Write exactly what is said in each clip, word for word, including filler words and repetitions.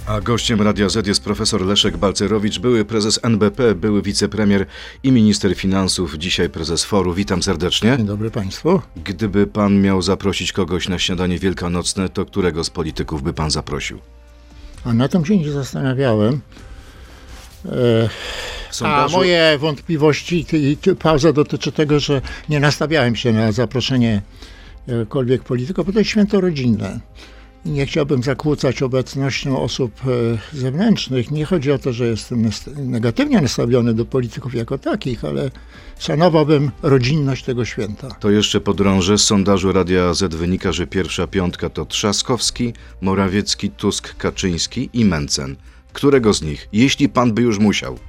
A gościem Radia Z jest profesor Leszek Balcerowicz, były prezes N B P, były wicepremier i minister finansów, dzisiaj prezes Foru. Witam serdecznie. Dzień dobry państwu. Gdyby pan miał zaprosić kogoś na śniadanie wielkanocne, to którego z polityków by pan zaprosił? A na tym się nie zastanawiałem. E, Sondażu... A moje wątpliwości i pauza dotyczy tego, że nie nastawiałem się na zaproszenie jakiegokolwiek polityka, bo to jest święto rodzinne. I nie chciałbym zakłócać obecnością osób zewnętrznych. Nie chodzi o to, że jestem negatywnie nastawiony do polityków jako takich, ale szanowałbym rodzinność tego święta. To jeszcze podrążę. Z sondażu Radia Z wynika, że pierwsza piątka to Trzaskowski, Morawiecki, Tusk, Kaczyński i Mencen. Którego z nich? Jeśli pan by już musiał.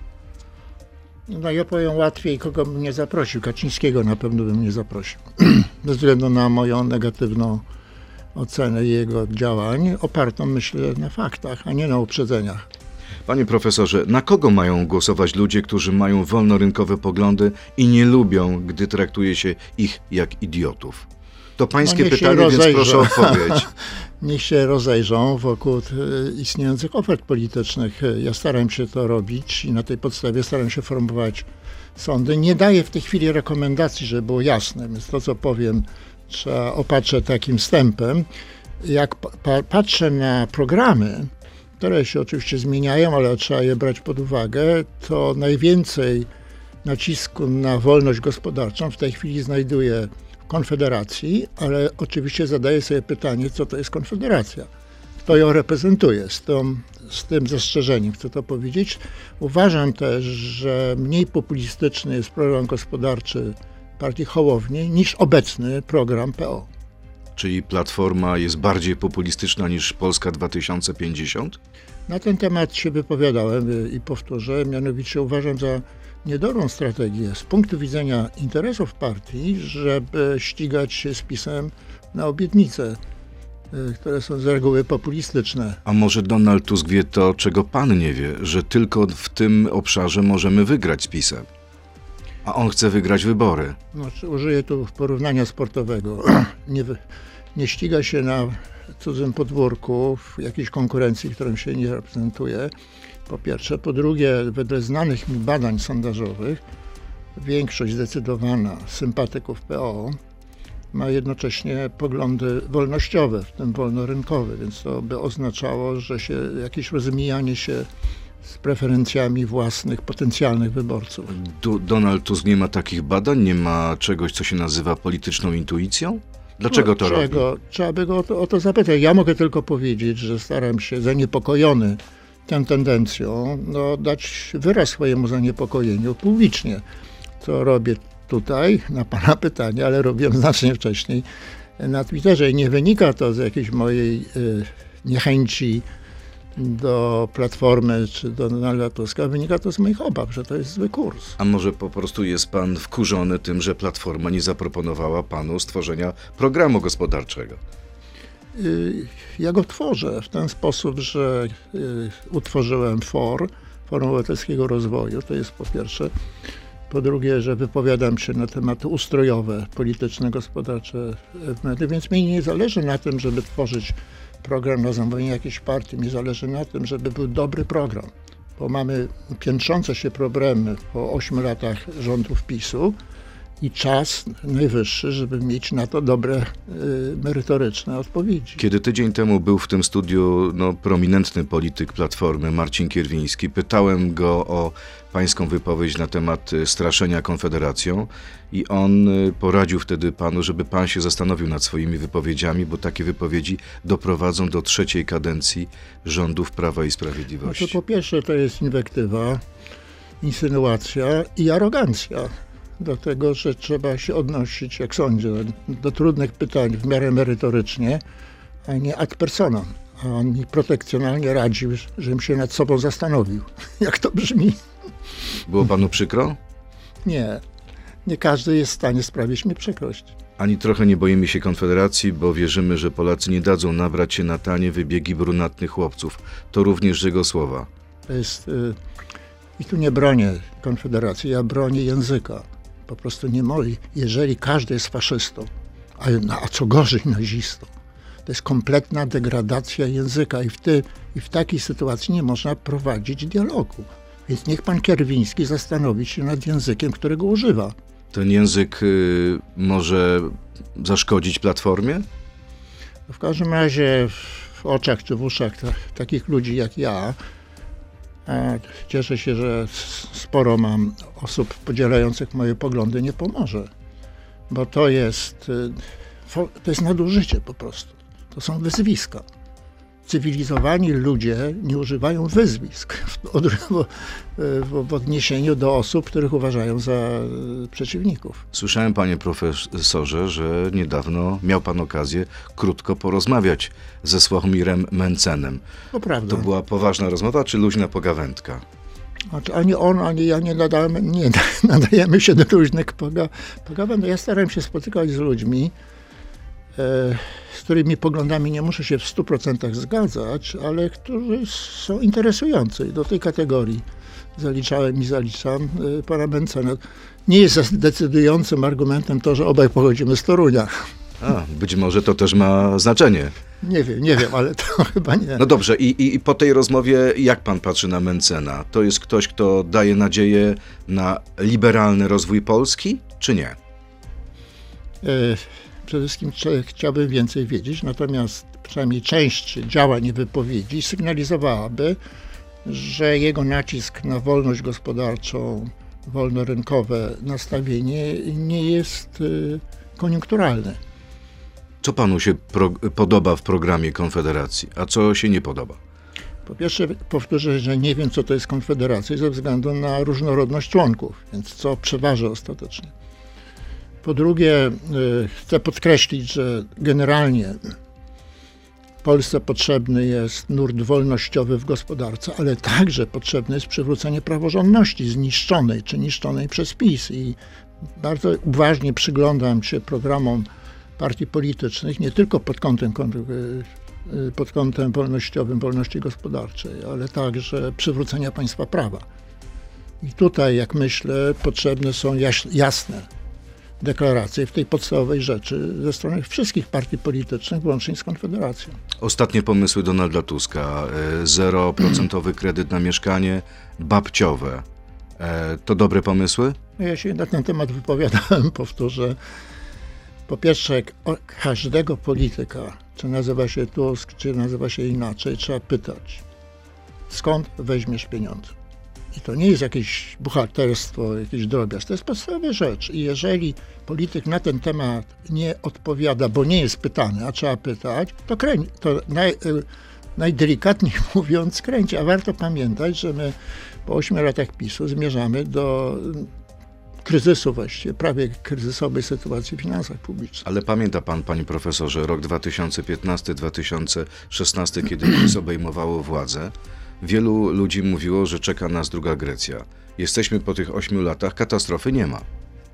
No ja powiem łatwiej, kogo bym nie zaprosił. Kaczyńskiego na pewno bym nie zaprosił. Bez względu na moją negatywną ocenę jego działań, opartą, myślę, na faktach, a nie na uprzedzeniach. Panie profesorze, na kogo mają głosować ludzie, którzy mają wolnorynkowe poglądy i nie lubią, gdy traktuje się ich jak idiotów? To pańskie no pytanie, więc proszę o odpowiedź. Niech się rozejrzą wokół istniejących ofert politycznych. Ja staram się to robić i na tej podstawie staram się formułować sądy. Nie daję w tej chwili rekomendacji, żeby było jasne, więc to, co powiem, trzeba opatrzeć takim wstępem. Jak pa- patrzę na programy, które się oczywiście zmieniają, ale trzeba je brać pod uwagę, to najwięcej nacisku na wolność gospodarczą w tej chwili znajduję w Konfederacji, ale oczywiście zadaję sobie pytanie, co to jest Konfederacja. Kto ją reprezentuje? Z, tą, z tym zastrzeżeniem chcę to powiedzieć. Uważam też, że mniej populistyczny jest program gospodarczy partii Hołowni niż obecny program P O. Czyli Platforma jest bardziej populistyczna niż Polska dwa tysiące pięćdziesiąt? Na ten temat się wypowiadałem i powtórzę, mianowicie uważam za niedobrą strategię z punktu widzenia interesów partii, żeby ścigać się z PiS-em na obietnice, które są z reguły populistyczne. A może Donald Tusk wie to, czego pan nie wie, że tylko w tym obszarze możemy wygrać z PiS-em? A on chce wygrać wybory. No, użyję tu porównania sportowego. Nie, nie ściga się na cudzym podwórku w jakiejś konkurencji, którą się nie reprezentuje. Po pierwsze. Po drugie, wedle znanych mi badań sondażowych, większość zdecydowana sympatyków P O ma jednocześnie poglądy wolnościowe, w tym wolnorynkowe, więc to by oznaczało, że się jakieś rozmijanie się z preferencjami własnych, potencjalnych wyborców. Du- Donald Tusk nie ma takich badań? Nie ma czegoś, co się nazywa polityczną intuicją? Dlaczego to Czego? robi? Trzeba by go o to, o to zapytać. Ja mogę tylko powiedzieć, że staram się, zaniepokojony tą tendencją, no, dać wyraz swojemu zaniepokojeniu publicznie. Co robię tutaj, na pana pytanie, ale robiłem znacznie wcześniej na Twitterze i nie wynika to z jakiejś mojej y, niechęci do Platformy czy do Donalda Tuska, wynika to z moich obaw, że to jest zły kurs. A może po prostu jest pan wkurzony tym, że Platforma nie zaproponowała panu stworzenia programu gospodarczego? Ja go tworzę w ten sposób, że utworzyłem FOR, Forum Obywatelskiego Rozwoju, to jest po pierwsze. Po drugie, że wypowiadam się na tematy ustrojowe, polityczne, gospodarcze w mediach, więc mi nie zależy na tym, żeby tworzyć program na zamówienie jakiejś partii. Mi zależy na tym, żeby był dobry program, bo mamy piętrzące się problemy po ośmiu latach rządów PiS-u i czas najwyższy, żeby mieć na to dobre, y, merytoryczne odpowiedzi. Kiedy tydzień temu był w tym studiu no, prominentny polityk Platformy, Marcin Kierwiński, pytałem go o pańską wypowiedź na temat straszenia Konfederacją i on poradził wtedy panu, żeby pan się zastanowił nad swoimi wypowiedziami, bo takie wypowiedzi doprowadzą do trzeciej kadencji rządów Prawa i Sprawiedliwości. No to po pierwsze to jest inwektywa, insynuacja i arogancja do tego, że trzeba się odnosić, jak sądzę, do trudnych pytań w miarę merytorycznie, a nie ad personam. A on mi protekcjonalnie radził, żebym się nad sobą zastanowił. Jak to brzmi? Było panu przykro? Nie. Nie każdy jest w stanie sprawić mi przykrość. Ani trochę nie boimy się Konfederacji, bo wierzymy, że Polacy nie dadzą nabrać się na tanie wybiegi brunatnych chłopców. To również jego słowa. To jest... Y- I tu nie bronię Konfederacji, ja bronię języka. Po prostu nie moi. Jeżeli każdy jest faszystą, a, a co gorzej nazistą, To jest kompletna degradacja języka i w, ty, i w takiej sytuacji nie można prowadzić dialogu. Więc niech pan Kierwiński zastanowi się nad językiem, którego używa. Ten język y, może zaszkodzić Platformie? W każdym razie w oczach czy w uszach t- takich ludzi jak ja, e, cieszę się, że sporo mam osób podzielających moje poglądy, nie pomoże. Bo to jest, y, fo, to jest nadużycie po prostu. To są wyzwiska. Cywilizowani ludzie nie używają wyzwisk w, w, w odniesieniu do osób, których uważają za przeciwników. Słyszałem, panie profesorze, że niedawno miał pan okazję krótko porozmawiać ze Sławomirem Mencenem. To prawda. To była poważna rozmowa, czy luźna pogawędka? Znaczy, ani on, ani ja nie, nadajemy, nie nadajemy się do luźnych poga, pogawędek. Ja starałem się spotykać z ludźmi, e, z którymi poglądami nie muszę się w stu procentach zgadzać, ale którzy są interesujący. I do tej kategorii zaliczałem i zaliczam y, pana Mencena. Nie jest decydującym argumentem to, że obaj pochodzimy z Torunia. A, być może to też ma znaczenie. Nie wiem, nie wiem, ale to chyba nie. No dobrze, i, i, i po tej rozmowie jak pan patrzy na Mencena? To jest ktoś, kto daje nadzieję na liberalny rozwój Polski, czy nie? Y, Przede wszystkim chciałbym więcej wiedzieć, natomiast przynajmniej część działań i wypowiedzi sygnalizowałaby, że jego nacisk na wolność gospodarczą, wolnorynkowe nastawienie nie jest y, koniunkturalne. Co panu się pro, podoba w programie Konfederacji, a co się nie podoba? Po pierwsze powtórzę, że nie wiem, co to jest Konfederacja ze względu na różnorodność członków, więc co przeważy ostatecznie. Po drugie, y, chcę podkreślić, że generalnie Polsce potrzebny jest nurt wolnościowy w gospodarce, ale także potrzebne jest przywrócenie praworządności zniszczonej czy niszczonej przez PiS. I bardzo uważnie przyglądam się programom partii politycznych, nie tylko pod kątem, pod kątem wolnościowym, wolności gospodarczej, ale także przywrócenia państwa prawa. I tutaj, jak myślę, potrzebne są jasne deklaracje w tej podstawowej rzeczy ze strony wszystkich partii politycznych, włącznie z Konfederacją. Ostatnie pomysły Donalda Tuska. zero procent kredyt na mieszkanie, babciowe. To dobre pomysły? Ja się na ten temat wypowiadałem, powtórzę. Po pierwsze, każdego polityka, czy nazywa się Tusk, czy nazywa się inaczej, trzeba pytać, skąd weźmiesz pieniądze. I to nie jest jakieś buchalterstwo, jakiś drobiazg, to jest podstawowa rzecz. I jeżeli polityk na ten temat nie odpowiada, bo nie jest pytany, a trzeba pytać, to, kręci, to naj, najdelikatniej mówiąc kręci. A warto pamiętać, że my po ośmiu latach PiSu zmierzamy do kryzysu właściwie, prawie kryzysowej sytuacji w finansach publicznych. Ale pamięta pan, panie profesorze, rok dwa tysiące piętnasty dwa tysiące szesnasty, kiedy PiS obejmowało władzę? Wielu ludzi mówiło, że czeka nas druga Grecja. Jesteśmy po tych ośmiu latach, katastrofy nie ma.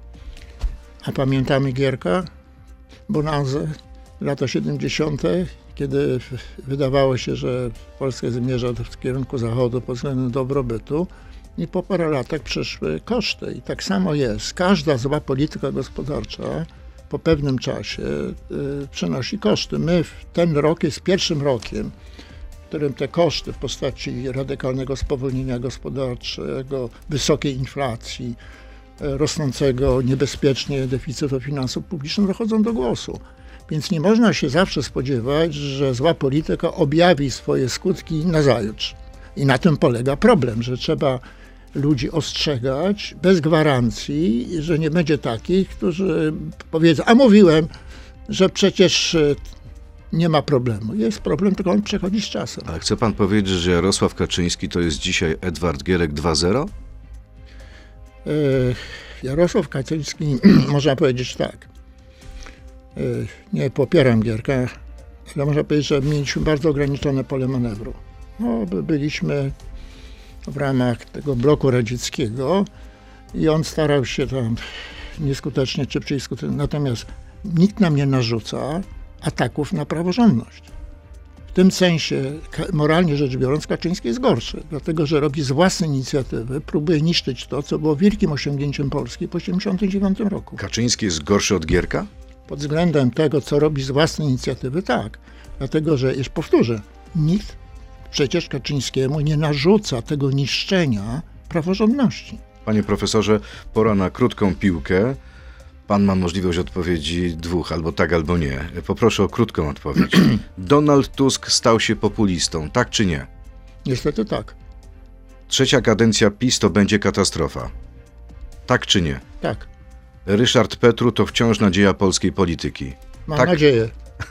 A pamiętamy Gierka, Bonanzę, lata siedemdziesiąte, kiedy wydawało się, że Polska zmierza w kierunku zachodu pod względem dobrobytu i po paru latach przyszły koszty. I tak samo jest. Każda zła polityka gospodarcza po pewnym czasie y, przynosi koszty. My ten rok jest pierwszym rokiem, w którym te koszty w postaci radykalnego spowolnienia gospodarczego, wysokiej inflacji, rosnącego niebezpiecznie deficytu finansów publicznych dochodzą do głosu. Więc nie można się zawsze spodziewać, że zła polityka objawi swoje skutki nazajutrz. I na tym polega problem, że trzeba ludzi ostrzegać bez gwarancji, że nie będzie takich, którzy powiedzą, a mówiłem, że przecież nie ma problemu. Jest problem, tylko on przechodzi z czasem. Ale chce pan powiedzieć, że Jarosław Kaczyński to jest dzisiaj Edward Gierek dwa zero? Jarosław Kaczyński, można powiedzieć tak, nie popieram Gierka, ale można powiedzieć, że mieliśmy bardzo ograniczone pole manewru. No, byliśmy w ramach tego bloku radzieckiego i on starał się tam nieskutecznie czy przeciw skutecznie, natomiast nikt nam nie narzuca ataków na praworządność. W tym sensie, moralnie rzecz biorąc, Kaczyński jest gorszy, dlatego że robi z własnej inicjatywy, próbuje niszczyć to, co było wielkim osiągnięciem Polski po tysiąc dziewięćset osiemdziesiątym dziewiątym roku. Kaczyński jest gorszy od Gierka? Pod względem tego, co robi z własnej inicjatywy, tak. Dlatego, że, już powtórzę, nikt przecież Kaczyńskiemu nie narzuca tego niszczenia praworządności. Panie profesorze, pora na krótką piłkę. Pan ma możliwość odpowiedzi dwóch, albo tak, albo nie. Poproszę o krótką odpowiedź. Donald Tusk stał się populistą, tak czy nie? Niestety tak. Trzecia kadencja PiS to będzie katastrofa. Tak czy nie? Tak. Ryszard Petru to wciąż nadzieja polskiej polityki. Mam tak? nadzieję.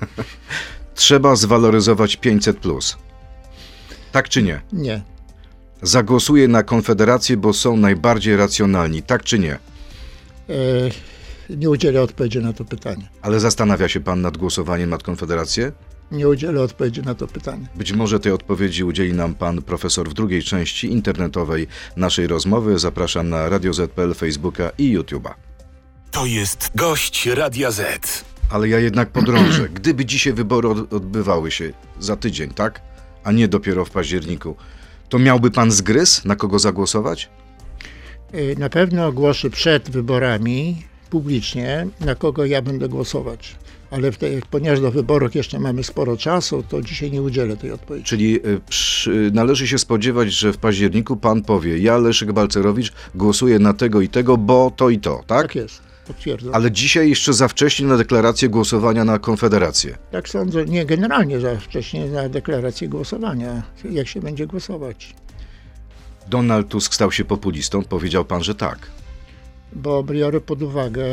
Trzeba zwaloryzować pięćset plus. Tak czy nie? Nie. Zagłosuję na Konfederację, bo są najbardziej racjonalni. Tak czy nie? E, nie udzielę odpowiedzi na to pytanie. Ale zastanawia się pan nad głosowaniem nad Konfederację? Nie udzielę odpowiedzi na to pytanie. Być może tej odpowiedzi udzieli nam pan profesor w drugiej części internetowej naszej rozmowy. Zapraszam na Radio Z kropka P L, Facebooka i YouTube'a. To jest gość Radia Z. Ale ja jednak podrążę. Gdyby dzisiaj wybory od- odbywały się za tydzień, tak? A nie dopiero w październiku, to miałby pan zgryz, na kogo zagłosować? E, na pewno ogłoszę przed wyborami publicznie, na kogo ja będę głosować. Ale w tej, ponieważ do wyborów jeszcze mamy sporo czasu, to dzisiaj nie udzielę tej odpowiedzi. Czyli y, przy, należy się spodziewać, że w październiku pan powie: ja, Leszek Balcerowicz, głosuję na tego i tego, bo to i to, tak? Tak jest, potwierdzam. Ale dzisiaj jeszcze za wcześnie na deklarację głosowania na Konfederację. Tak sądzę, nie generalnie za wcześnie na deklarację głosowania, jak się będzie głosować. Donald Tusk stał się populistą, powiedział pan, że tak. Bo biorę pod uwagę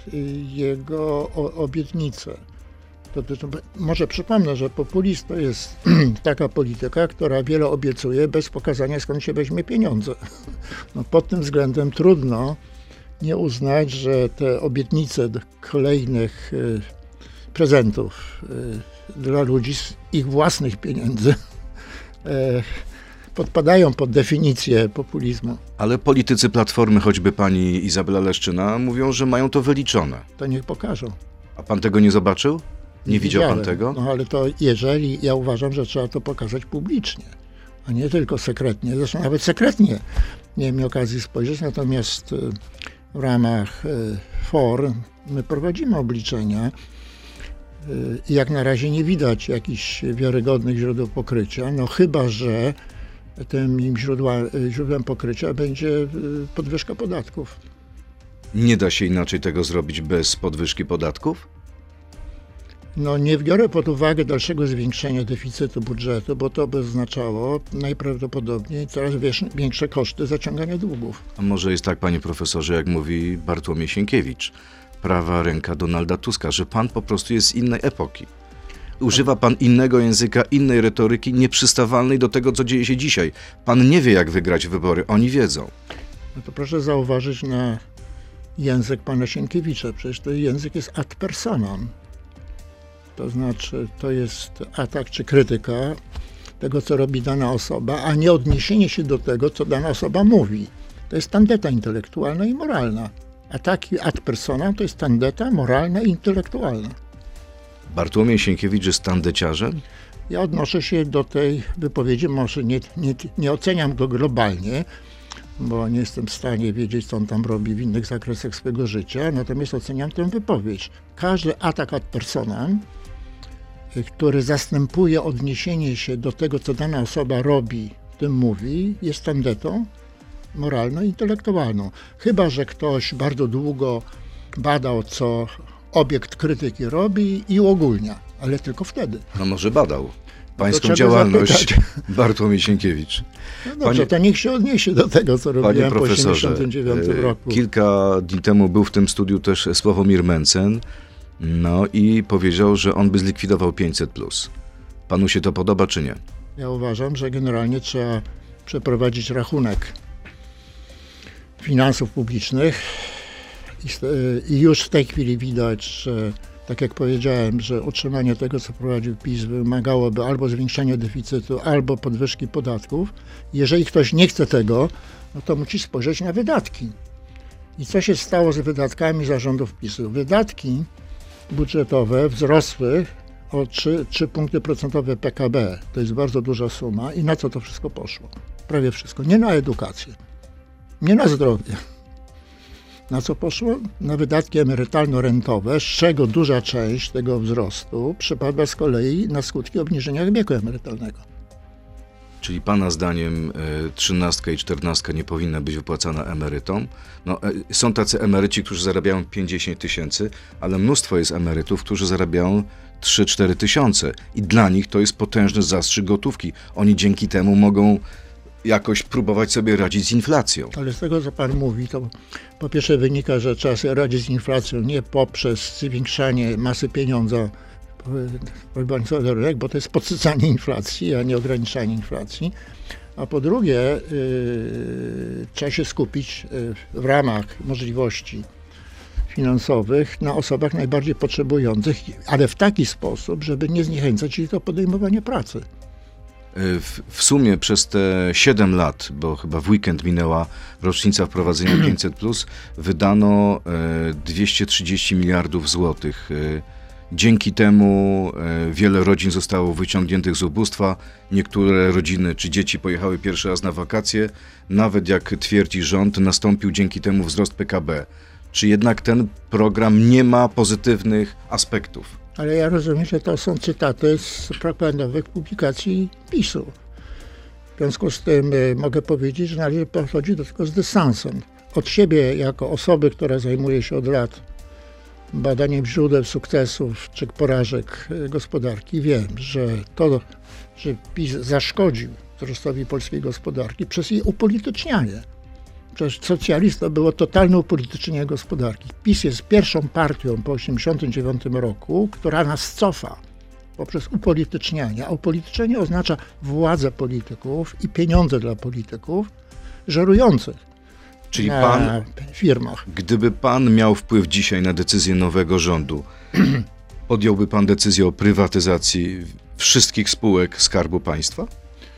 jego o- obietnice. To, to, to, może przypomnę, że populizm to jest taka polityka, która wiele obiecuje bez pokazania, skąd się weźmie pieniądze. No, pod tym względem trudno nie uznać, że te obietnice kolejnych y, prezentów y, dla ludzi z ich własnych pieniędzy y, podpadają pod definicję populizmu. Ale politycy Platformy, choćby pani Izabela Leszczyna, mówią, że mają to wyliczone. To niech pokażą. A pan tego nie zobaczył? Nie widział pan widziałem. tego? No ale to jeżeli, ja uważam, że trzeba to pokazać publicznie, a nie tylko sekretnie. Zresztą nawet sekretnie nie miałem okazji spojrzeć, natomiast y, w ramach y, F O R my prowadzimy obliczenia y, i jak na razie nie widać jakichś wiarygodnych źródeł pokrycia, no chyba że tym źródła, źródłem pokrycia będzie y, podwyżka podatków. Nie da się inaczej tego zrobić bez podwyżki podatków? No nie biorę pod uwagę dalszego zwiększenia deficytu budżetu, bo to by oznaczało najprawdopodobniej coraz większe koszty zaciągania długów. A może jest tak, panie profesorze, jak mówi Bartłomiej Sienkiewicz, prawa ręka Donalda Tuska, że pan po prostu jest z innej epoki. Używa pan innego języka, innej retoryki, nieprzystawalnej do tego, co dzieje się dzisiaj. Pan nie wie, jak wygrać wybory, oni wiedzą. No to proszę zauważyć na język pana Sienkiewicza. Przecież ten język jest ad personam. To znaczy, to jest atak czy krytyka tego, co robi dana osoba, a nie odniesienie się do tego, co dana osoba mówi. To jest tandeta intelektualna i moralna. Ataki ad personam to jest tandeta moralna i intelektualna. Bartłomiej Sienkiewicz jest tandeciarzem? Ja odnoszę się do tej wypowiedzi, może nie, nie, nie oceniam go globalnie, bo nie jestem w stanie wiedzieć, co on tam robi w innych zakresach swojego życia, natomiast oceniam tę wypowiedź. Każdy atak ad personam, który zastępuje odniesienie się do tego, co dana osoba robi, tym mówi, jest tandetą moralną i intelektualną. Chyba że ktoś bardzo długo badał, co obiekt krytyki robi i uogólnia, ale tylko wtedy. No może badał pańską trzeba działalność zapytać. Bartłomiej Sienkiewicz. No dobrze, Panie- to niech się odniesie do tego, co Panie robiłem po profesorze, osiemdziesiątym dziewiątym e, roku. kilka dni temu był w tym studiu też Sławomir Mencen, no i powiedział, że on by zlikwidował pięćset plus. Panu się to podoba, czy nie? Ja uważam, że generalnie trzeba przeprowadzić rachunek finansów publicznych i, st- i już w tej chwili widać, że tak jak powiedziałem, że utrzymanie tego, co prowadził PiS, wymagałoby albo zwiększenia deficytu, albo podwyżki podatków. Jeżeli ktoś nie chce tego, no to musi spojrzeć na wydatki. I co się stało z wydatkami zarządów PiS-u? Wydatki budżetowe wzrosły o trzy punkty procentowe P K B. To jest bardzo duża suma. I na co to wszystko poszło? Prawie wszystko. Nie na edukację, nie na zdrowie, Na co poszło? Na wydatki emerytalno-rentowe, z czego duża część tego wzrostu przypadła z kolei na skutki obniżenia wieku emerytalnego. Czyli pana zdaniem trzynastka i czternastka nie powinna być wypłacana emerytom? No, e, są tacy emeryci, którzy zarabiają pięćdziesiąt tysięcy, ale mnóstwo jest emerytów, którzy zarabiają trzy cztery tysiące i dla nich to jest potężny zastrzyk gotówki. Oni dzięki temu mogą jakoś próbować sobie radzić z inflacją. Ale z tego, co pan mówi, to po pierwsze wynika, że trzeba sobie radzić z inflacją nie poprzez zwiększanie masy pieniądza, bo to jest podsycanie inflacji, a nie ograniczanie inflacji. A po drugie, yy, trzeba się skupić yy, w ramach możliwości finansowych na osobach najbardziej potrzebujących, ale w taki sposób, żeby nie zniechęcać ich do podejmowania pracy. W, w sumie przez te siedem lat, bo chyba w weekend minęła rocznica wprowadzenia pięćset plus, wydano e, dwieście trzydzieści miliardów złotych. E, dzięki temu e, wiele rodzin zostało wyciągniętych z ubóstwa. Niektóre rodziny czy dzieci pojechały pierwszy raz na wakacje. Nawet jak twierdzi rząd, nastąpił dzięki temu wzrost P K B. Czy jednak ten program nie ma pozytywnych aspektów? Ale ja rozumiem, że to są cytaty z propagandowych publikacji PiSu. W związku z tym y, mogę powiedzieć, że należy podchodzić do tego z dystansem. Od siebie, jako osoby, która zajmuje się od lat badaniem źródeł sukcesów czy porażek y, gospodarki, wiem, że to, że PiS zaszkodził wzrostowi polskiej gospodarki przez jej upolitycznianie. Przecież socjalizm to było totalne upolitycznienie gospodarki. PiS jest pierwszą partią po tysiąc dziewięćset osiemdziesiątym dziewiątym roku, która nas cofa poprzez upolitycznianie. A upolitycznienie oznacza władzę polityków i pieniądze dla polityków żerujących Czyli na pan, firmach. Gdyby pan miał wpływ dzisiaj na decyzję nowego rządu, podjąłby pan decyzję o prywatyzacji wszystkich spółek Skarbu Państwa?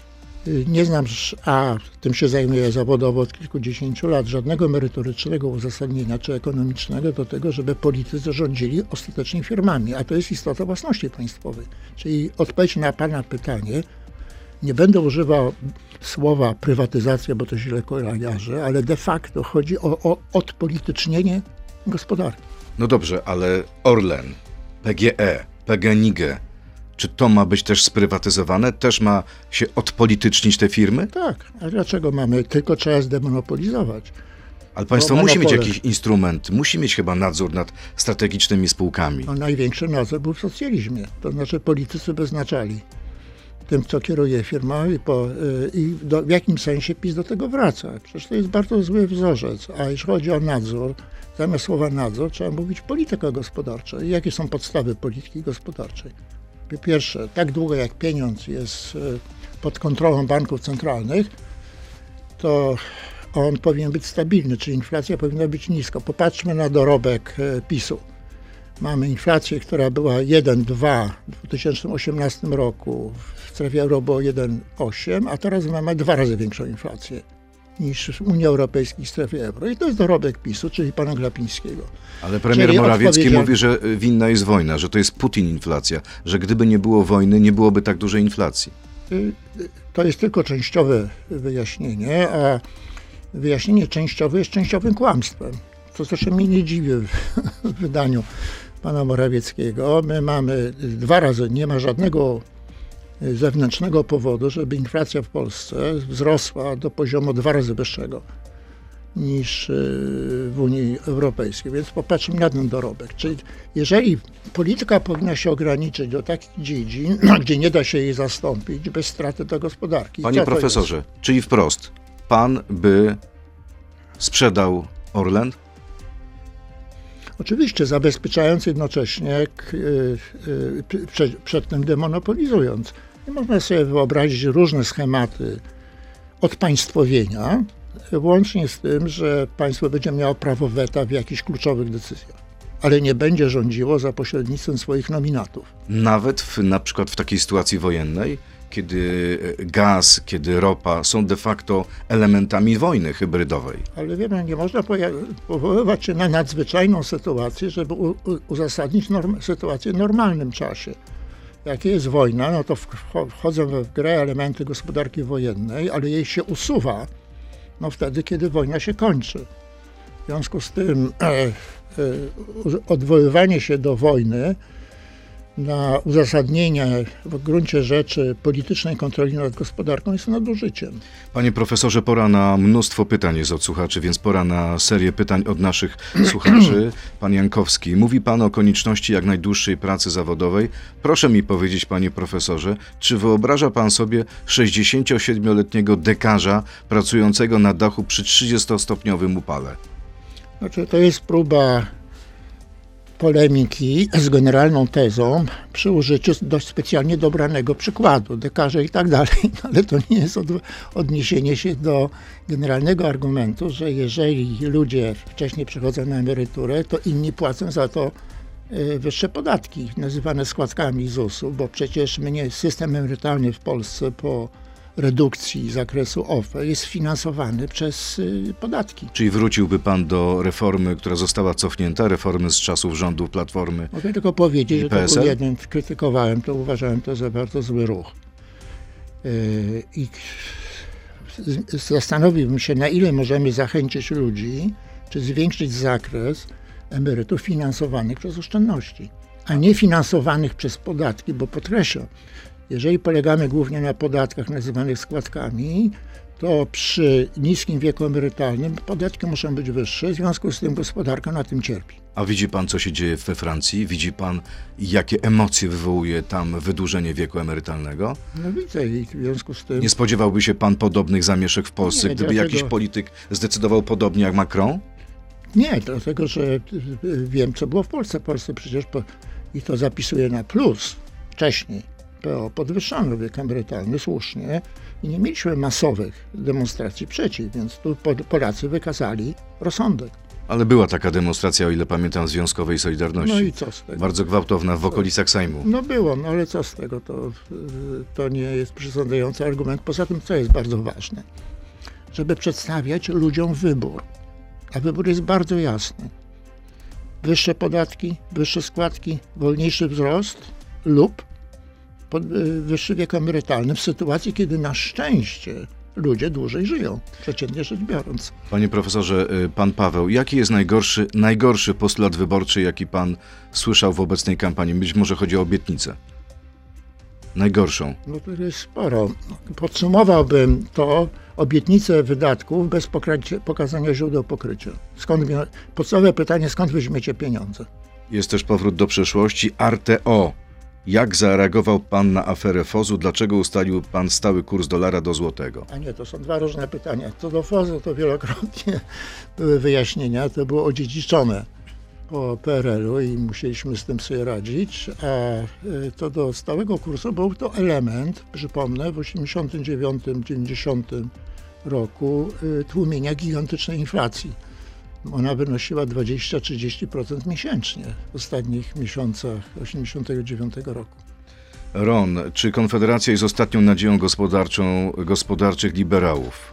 Nie znam, a tym się zajmuję zawodowo od kilkudziesięciu lat, żadnego merytorycznego uzasadnienia czy ekonomicznego do tego, żeby politycy rządzili ostatecznie firmami, a to jest istota własności państwowej. Czyli odpowiedź na pana pytanie, nie będę używał słowa prywatyzacja, bo to źle kojarzę, ale de facto chodzi o, o odpolitycznienie gospodarki. No dobrze, ale Orlen, P G E, P G N I G, czy to ma być też sprywatyzowane? Też ma się odpolitycznić te firmy? Tak, a dlaczego mamy? Tylko trzeba zdemonopolizować. Ale państwo Bo musi mieć monopole. jakiś instrument, musi mieć chyba nadzór nad strategicznymi spółkami. No, największy nadzór był w socjalizmie, to znaczy politycy wyznaczali tym, co kieruje firmą i, po, i do, w jakim sensie PiS do tego wraca. Przecież to jest bardzo zły wzorzec, a jeśli chodzi o nadzór, zamiast słowa nadzór trzeba mówić polityka gospodarcza. I jakie są podstawy polityki gospodarczej? Po pierwsze, tak długo jak pieniądz jest pod kontrolą banków centralnych, to on powinien być stabilny, czyli inflacja powinna być niska. Popatrzmy na dorobek PiSu. Mamy inflację, która była jeden przecinek dwa w dwa tysiące osiemnastym roku, w strefie euro było jeden przecinek osiem, a teraz mamy dwa razy większą inflację niż w Unii Europejskiej w strefie euro. I to jest dorobek PiSu, czyli pana Glapińskiego. Ale premier Czyli Morawiecki odpowiedział... mówi, że winna jest wojna, że to jest Putin inflacja, że gdyby nie było wojny, nie byłoby tak dużej inflacji. To jest tylko częściowe wyjaśnienie, a wyjaśnienie częściowe jest częściowym kłamstwem. To zresztą mnie nie dziwi w wydaniu pana Morawieckiego. My mamy dwa razy, nie ma żadnego zewnętrznego powodu, żeby inflacja w Polsce wzrosła do poziomu dwa razy wyższego niż w Unii Europejskiej. Więc popatrzmy na ten dorobek. Czyli jeżeli polityka powinna się ograniczyć do takich dziedzin, gdzie nie da się jej zastąpić bez straty dla gospodarki. Panie profesorze, czyli wprost, pan by sprzedał Orlen? Oczywiście, zabezpieczając jednocześnie k, y, y, przed, przed tym demonopolizując. I można sobie wyobrazić różne schematy odpaństwowienia, łącznie z tym, że państwo będzie miało prawo weta w jakichś kluczowych decyzjach, ale nie będzie rządziło za pośrednictwem swoich nominatów. Nawet w, na przykład w takiej sytuacji wojennej, kiedy gaz, kiedy ropa są de facto elementami wojny hybrydowej. Ale wiemy, nie można powoływać się na nadzwyczajną sytuację, żeby u, u, uzasadnić norm, sytuację w normalnym czasie. Jak jest wojna, no to wchodzą w grę elementy gospodarki wojennej, ale jej się usuwa no wtedy, kiedy wojna się kończy. związku z tym e, e, odwoływanie się do wojny na uzasadnienie w gruncie rzeczy politycznej kontroli nad gospodarką jest nadużyciem. Panie profesorze, pora na mnóstwo pytań jest od słuchaczy, więc pora na serię pytań od naszych słuchaczy. Pan Jankowski, mówi pan o konieczności jak najdłuższej pracy zawodowej. Proszę mi powiedzieć, panie profesorze, czy wyobraża pan sobie sześćdziesięciosiedmioletniego dekarza pracującego na dachu przy trzydziestostopniowym upale? Znaczy, to jest próba polemiki z generalną tezą przy użyciu dość specjalnie dobranego przykładu, dekarze i tak dalej, ale to nie jest od, odniesienie się do generalnego argumentu, że jeżeli ludzie wcześniej przechodzą na emeryturę, to inni płacą za to y, wyższe podatki, nazywane składkami zusu, bo przecież mnie system emerytalny w Polsce po redukcji zakresu O F E jest finansowany przez y, podatki. Czyli wróciłby pan do reformy, która została cofnięta, reformy z czasów rządów Platformy? Mogę tylko powiedzieć, że P S L? to był jeden, krytykowałem to, uważałem to za bardzo zły ruch. Yy, I zastanowiłbym się, na ile możemy zachęcić ludzi, czy zwiększyć zakres emerytur finansowanych przez oszczędności, a nie finansowanych przez podatki, bo podkreślam, jeżeli polegamy głównie na podatkach nazywanych składkami, to przy niskim wieku emerytalnym podatki muszą być wyższe, w związku z tym gospodarka na tym cierpi. A widzi pan, co się dzieje we Francji? Widzi pan, jakie emocje wywołuje tam wydłużenie wieku emerytalnego? No widzę i w związku z tym... Nie spodziewałby się pan podobnych zamieszek w Polsce, Nie, gdyby dlatego... jakiś polityk zdecydował podobnie jak Macron? Nie, dlatego że wiem, co było w Polsce. W Polsce przecież, po, i to zapisuję na plus, wcześniej P O podwyższono wiek emerytalny słusznie i nie mieliśmy masowych demonstracji przeciw, więc tu Polacy wykazali rozsądek. Ale była taka demonstracja, o ile pamiętam, Związkowej Solidarności. No i co z tego? Bardzo gwałtowna w okolicach Sejmu. No było, no ale co z tego? To, to nie jest przesądzający argument. Poza tym, co jest bardzo ważne, żeby przedstawiać ludziom wybór. A wybór jest bardzo jasny. Wyższe podatki, wyższe składki, wolniejszy wzrost lub pod, wyższy wiek emerytalny w sytuacji, kiedy na szczęście ludzie dłużej żyją, przeciętnie rzecz biorąc. Panie profesorze, pan Paweł, jaki jest najgorszy, najgorszy postulat wyborczy, jaki pan słyszał w obecnej kampanii? Być może chodzi o obietnicę. Najgorszą. No to jest sporo. Podsumowałbym to obietnicę wydatków bez pokrycia, pokazania źródeł pokrycia. Skąd, podstawowe pytanie, skąd weźmiecie pieniądze? Jest też powrót do przeszłości. Arte O. Jak zareagował pan na aferę F O Z-u? Dlaczego ustalił pan stały kurs dolara do złotego? A nie, to są dwa różne pytania. Co do F O Z-u, to wielokrotnie były wyjaśnienia. To było odziedziczone po P R L u i musieliśmy z tym sobie radzić. A to do stałego kursu był to element, przypomnę, w osiemdziesiątym dziewiątym dziewięćdziesiątym roku tłumienia gigantycznej inflacji. Ona wynosiła dwadzieścia do trzydziestu procent miesięcznie w ostatnich miesiącach osiemdziesiątego dziewiątego roku. Ron, czy Konfederacja jest ostatnią nadzieją gospodarczą gospodarczych liberałów?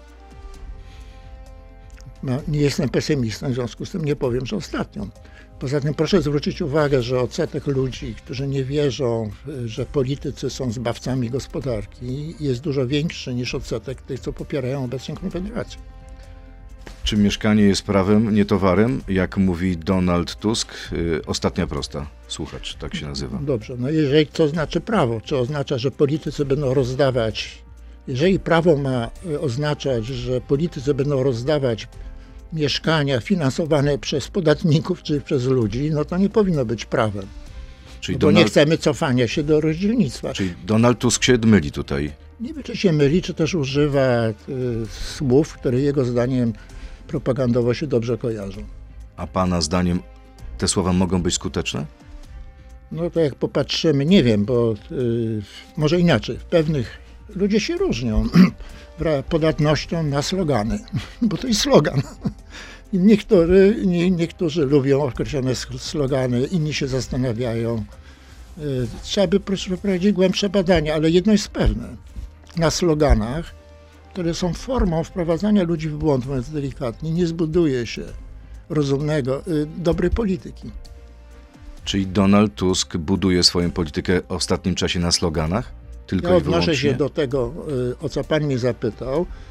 No, nie jestem pesymistą, w związku z tym nie powiem, że ostatnią. Poza tym proszę zwrócić uwagę, że odsetek ludzi, którzy nie wierzą, że politycy są zbawcami gospodarki, jest dużo większy niż odsetek tych, co popierają obecnie Konfederację. Czy mieszkanie jest prawem, nie towarem? Jak mówi Donald Tusk, yy, ostatnia prosta. Słuchacz, tak się nazywa. Dobrze, no jeżeli co znaczy prawo? Czy oznacza, że politycy będą rozdawać, jeżeli prawo ma oznaczać, że politycy będą rozdawać mieszkania finansowane przez podatników czy przez ludzi, no to nie powinno być prawem. Czyli no bo Donald... nie chcemy cofania się do rozdzielnictwa. Czyli Donald Tusk się myli tutaj. Nie wiem, czy się myli, czy też używa y, słów, które jego zdaniem propagandowo się dobrze kojarzą. A pana zdaniem te słowa mogą być skuteczne? No to jak popatrzymy, nie wiem, bo y, może inaczej, w pewnych ludzie się różnią podatnością na slogany, bo to jest slogan. I niektórzy, nie, niektórzy lubią określone slogany, inni się zastanawiają. Y, trzeba by przeprowadzić głębsze badania, ale jedno jest pewne. Na sloganach, które są formą wprowadzania ludzi w błąd, mówiąc delikatnie, nie zbuduje się rozumnego, y, dobrej polityki. Czyli Donald Tusk buduje swoją politykę w ostatnim czasie na sloganach? Tylko ja i odnoszę wyłącznie? się do tego, y, o co pan mnie zapytał,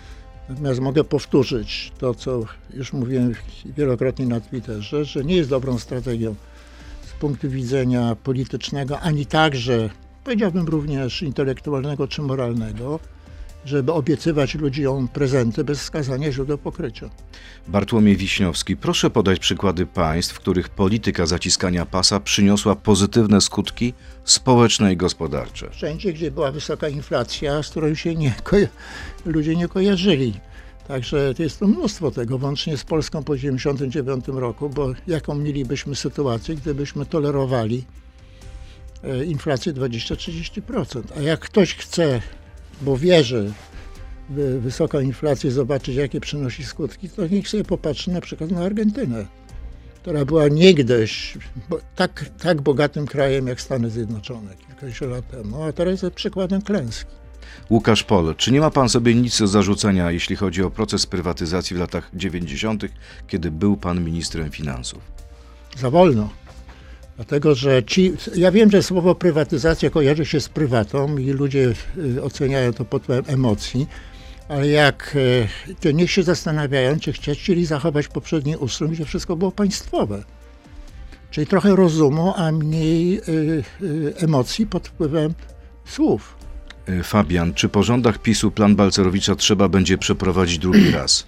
Natomiast mogę powtórzyć to, co już mówiłem wielokrotnie na Twitterze, że nie jest dobrą strategią z punktu widzenia politycznego, ani także, powiedziałbym również intelektualnego czy moralnego, żeby obiecywać ludziom prezenty bez wskazania źródeł pokrycia. Bartłomiej Wiśniowski, proszę podać przykłady państw, w których polityka zaciskania pasa przyniosła pozytywne skutki społeczne i gospodarcze. Wszędzie, gdzie była wysoka inflacja, z którą się nie koja- ludzie nie kojarzyli. Także jest to mnóstwo tego, włącznie z Polską po tysiąc dziewięćset dziewięćdziesiątym dziewiątym roku, bo jaką mielibyśmy sytuację, gdybyśmy tolerowali e, inflację dwadzieścia do trzydziestu procent. A jak ktoś chce, bo wierzy w wysoką inflację, zobaczyć, jakie przynosi skutki, to niech sobie popatrzy na przykład na Argentynę, która była niegdyś bo, tak, tak bogatym krajem jak Stany Zjednoczone kilkadziesiąt lat temu, a teraz jest przykładem klęski. Łukasz Pol, czy nie ma pan sobie nic do zarzucenia, jeśli chodzi o proces prywatyzacji w latach dziewięćdziesiątych, kiedy był pan ministrem finansów? Za wolno. Dlatego, że ci, ja wiem, że słowo prywatyzacja kojarzy się z prywatą i ludzie oceniają to pod wpływem emocji, ale jak, to niech się zastanawiają, czy chcieli zachować poprzedni ustrój, gdzie wszystko było państwowe. Czyli trochę rozumu, a mniej emocji pod wpływem słów. Fabian, czy po rządach PiSu plan Balcerowicza trzeba będzie przeprowadzić drugi raz?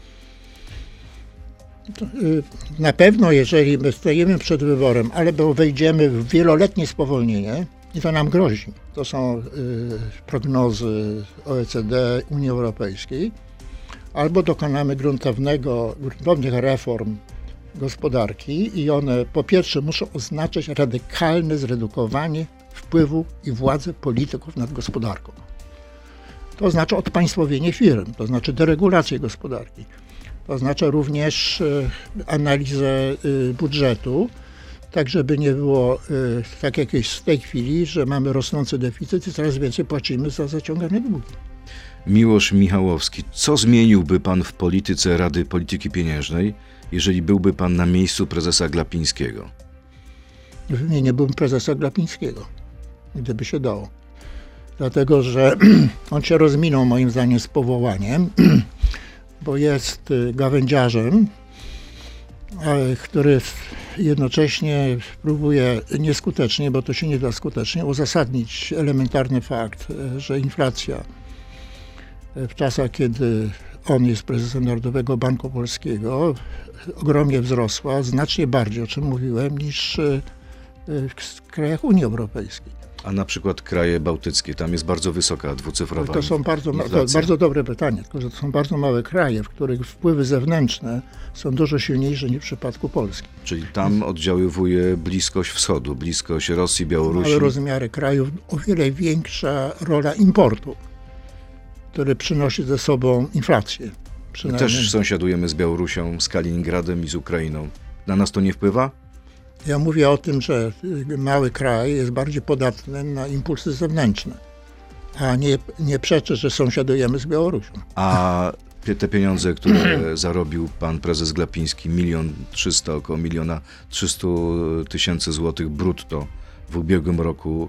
Na pewno, jeżeli my stoimy przed wyborem, albo wejdziemy w wieloletnie spowolnienie i to nam grozi. To są y, prognozy O E C D, Unii Europejskiej, albo dokonamy gruntownego, gruntownych reform gospodarki i one po pierwsze muszą oznaczać radykalne zredukowanie wpływu i władzy polityków nad gospodarką. To oznacza odpaństwowienie firm, to znaczy deregulację gospodarki. To oznacza również y, analizę y, budżetu, tak żeby nie było y, tak jak jest w tej chwili, że mamy rosnący deficyt i coraz więcej płacimy za zaciągane długi. Miłosz Michałowski, co zmieniłby pan w polityce Rady Polityki Pieniężnej, jeżeli byłby pan na miejscu prezesa Glapińskiego? Wymieniłbym prezesa Glapińskiego, gdyby się dało. Dlatego, że on się rozminął moim zdaniem z powołaniem, bo jest gawędziarzem, który jednocześnie próbuje nieskutecznie, bo to się nie da skutecznie, uzasadnić elementarny fakt, że inflacja w czasach, kiedy on jest prezesem Narodowego Banku Polskiego, ogromnie wzrosła, znacznie bardziej, o czym mówiłem, niż w krajach Unii Europejskiej. A na przykład kraje bałtyckie, tam jest bardzo wysoka, dwucyfrowa To są bardzo, to bardzo dobre pytanie, tylko że to są bardzo małe kraje, w których wpływy zewnętrzne są dużo silniejsze niż w przypadku Polski. Czyli tam oddziaływuje bliskość wschodu, bliskość Rosji, Białorusi. Małe rozmiary krajów, o wiele większa rola importu, który przynosi ze sobą inflację. My też sąsiadujemy z Białorusią, z Kaliningradem i z Ukrainą. Na nas to nie wpływa? Ja mówię o tym, że mały kraj jest bardziej podatny na impulsy zewnętrzne, a nie, nie przeczę, że sąsiadujemy z Białorusią. A te pieniądze, które zarobił pan prezes Glapiński, milion trzysta, około miliona trzystu tysięcy złotych brutto w ubiegłym roku,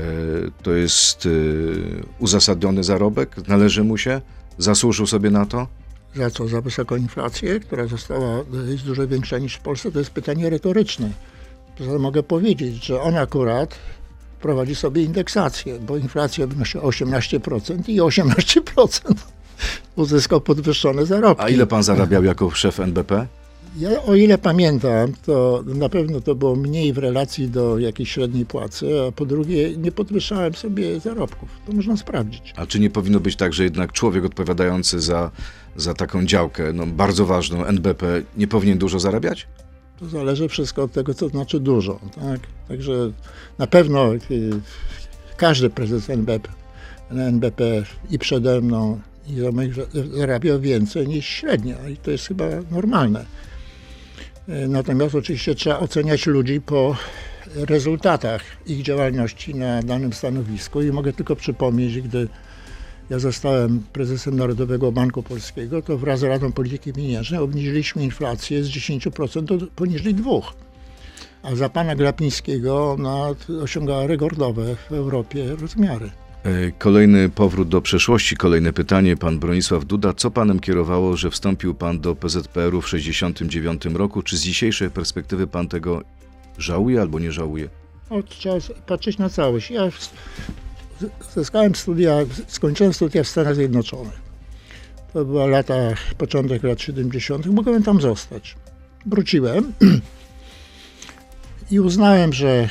to jest uzasadniony zarobek? Należy mu się? Zasłużył sobie na to? Za co? Za wysoką inflację, która została, jest dużo większa niż w Polsce? To jest pytanie retoryczne. To mogę powiedzieć, że on akurat prowadzi sobie indeksację, bo inflacja wynosi osiemnaście procent i osiemnaście procent uzyskał podwyższone zarobki. A ile pan zarabiał jako szef N B P? Ja o ile pamiętam, to na pewno to było mniej w relacji do jakiejś średniej płacy, a po drugie nie podwyższałem sobie zarobków. To można sprawdzić. A czy nie powinno być tak, że jednak człowiek odpowiadający za, za taką działkę, no bardzo ważną, N B P, nie powinien dużo zarabiać? To zależy wszystko od tego, co znaczy dużo. Tak? Także na pewno y, każdy prezes N B P, N B P i przede mną i za moich zarabiał więcej niż średnia i to jest chyba normalne. Y, natomiast oczywiście trzeba oceniać ludzi po rezultatach ich działalności na danym stanowisku i mogę tylko przypomnieć, gdy ja zostałem prezesem Narodowego Banku Polskiego, to wraz z Radą Polityki Pieniężnej obniżyliśmy inflację z dziesięć procent do poniżej dwa procent. A za pana Glapińskiego ona osiągała rekordowe w Europie rozmiary. Kolejny powrót do przeszłości, kolejne pytanie. Pan Bronisław Duda. Co panem kierowało, że wstąpił pan do P Z P R u w sześćdziesiątym dziewiątym roku? Czy z dzisiejszej perspektywy pan tego żałuje albo nie żałuje? No, trzeba patrzeć na całość. Ja zyskałem studia, skończyłem studia w Stanach Zjednoczonych. To były lata, początek lat siedemdziesiątych. Mogłem tam zostać. Wróciłem i uznałem, że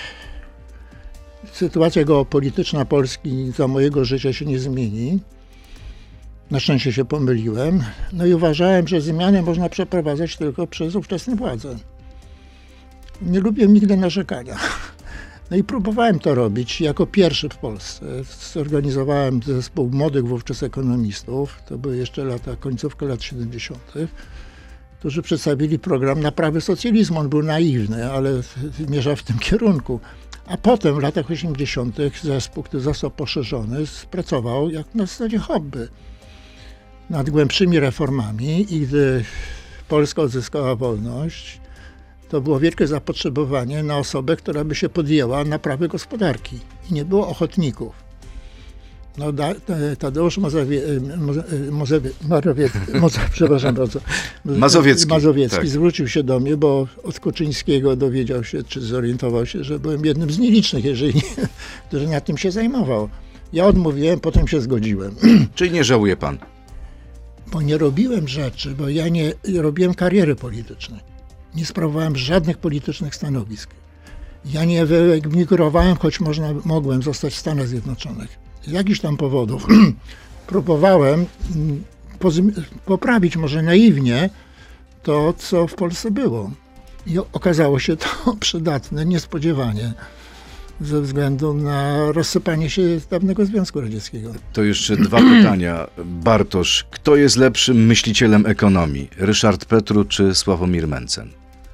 sytuacja geopolityczna Polski za mojego życia się nie zmieni. Na szczęście się pomyliłem. No i uważałem, że zmiany można przeprowadzać tylko przez ówczesne władze. Nie lubię nigdy narzekania. No i próbowałem to robić jako pierwszy w Polsce. Zorganizowałem zespół młodych wówczas ekonomistów, to były jeszcze lata, końcówka lat siedemdziesiątych, którzy przedstawili program naprawy socjalizmu. On był naiwny, ale zmierzał w tym kierunku. A potem w latach osiemdziesiątych zespół, który został poszerzony, pracował jak na zasadzie hobby nad głębszymi reformami i gdy Polska odzyskała wolność, to było wielkie zapotrzebowanie na osobę, która by się podjęła naprawy gospodarki. I nie było ochotników. No, da, Tadeusz Mazowie, Mozowie, Marowie, Mozo, przepraszam bardzo, Mazowiecki, Mazowiecki tak. zwrócił się do mnie, bo od Kuczyńskiego dowiedział się, czy zorientował się, że byłem jednym z nielicznych, jeżeli nie, który nad tym się zajmował. Ja odmówiłem, potem się zgodziłem. Czyli nie żałuje pan? Bo nie robiłem rzeczy, bo ja nie robiłem kariery politycznej. Nie sprawowałem żadnych politycznych stanowisk. Ja nie wyemigrowałem, choć można, mogłem zostać w Stanach Zjednoczonych. Z jakichś tam powodów próbowałem poprawić może naiwnie to, co w Polsce było. I okazało się to przydatne niespodziewanie ze względu na rozsypanie się dawnego Związku Radzieckiego. To jeszcze dwa pytania. Bartosz, kto jest lepszym myślicielem ekonomii? Ryszard Petru czy Sławomir Mencen?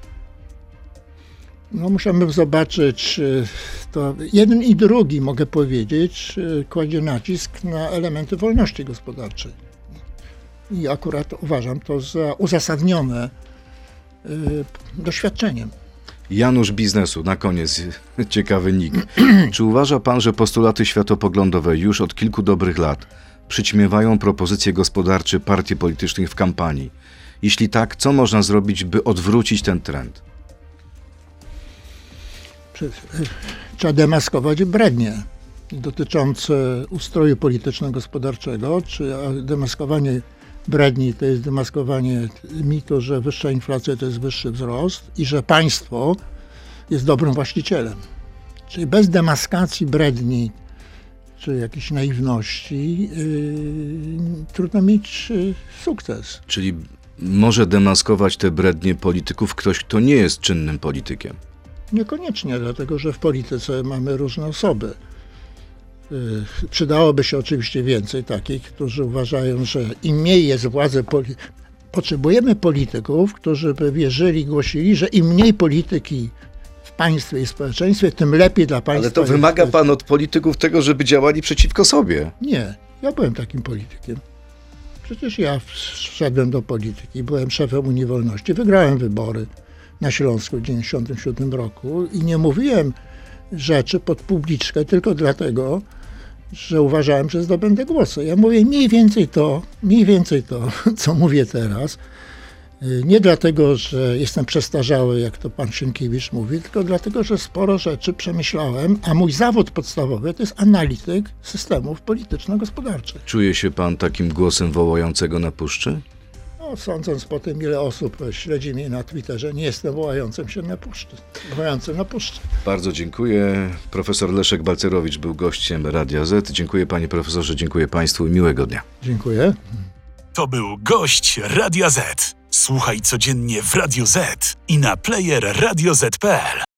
No musiałbym zobaczyć, to jeden i drugi, mogę powiedzieć, kładzie nacisk na elementy wolności gospodarczej. I akurat uważam to za uzasadnione y, doświadczeniem. Janusz Biznesu, na koniec ciekawy nick. Czy uważa pan, że postulaty światopoglądowe już od kilku dobrych lat przyćmiewają propozycje gospodarcze partii politycznych w kampanii? Jeśli tak, co można zrobić, by odwrócić ten trend? Trzeba demaskować brednie dotyczące ustroju polityczno-gospodarczego, czy demaskowanie bredni to jest demaskowanie mitu, że wyższa inflacja to jest wyższy wzrost i że państwo jest dobrym właścicielem. Czyli bez demaskacji bredni czy jakiejś naiwności yy, trudno mieć yy, sukces. Czyli może demaskować te brednie polityków ktoś, kto nie jest czynnym politykiem? Niekoniecznie, dlatego że w polityce mamy różne osoby. Yy, przydałoby się oczywiście więcej takich, którzy uważają, że im mniej jest władzy, poli- potrzebujemy polityków, którzy by wierzyli, głosili, że im mniej polityki w państwie i społeczeństwie, tym lepiej dla państwa. Ale to wymaga pan od polityków tego, żeby działali przeciwko sobie. Nie, ja byłem takim politykiem. Przecież ja wszedłem do polityki, byłem szefem Unii Wolności, wygrałem wybory na Śląsku w dziewięćdziesiątym siódmym roku i nie mówiłem rzeczy pod publiczkę tylko dlatego, że uważałem, że zdobędę głosy. Ja mówię mniej więcej to, mniej więcej to, co mówię teraz. Nie dlatego, że jestem przestarzały, jak to pan Sienkiewicz mówi, tylko dlatego, że sporo rzeczy przemyślałem, a mój zawód podstawowy to jest analityk systemów polityczno-gospodarczych. Czuje się pan takim głosem wołającego na puszczy? No, sądząc po tym, ile osób śledzi mnie na Twitterze, nie jestem wołającym się na puszczy, wołającym na puszczy. Bardzo dziękuję. Profesor Leszek Balcerowicz był gościem Radia Z. Dziękuję panie profesorze, dziękuję państwu i miłego dnia. Dziękuję. To był gość Radia Z. Słuchaj codziennie w Radio Z i na player radio zet kropka pe el.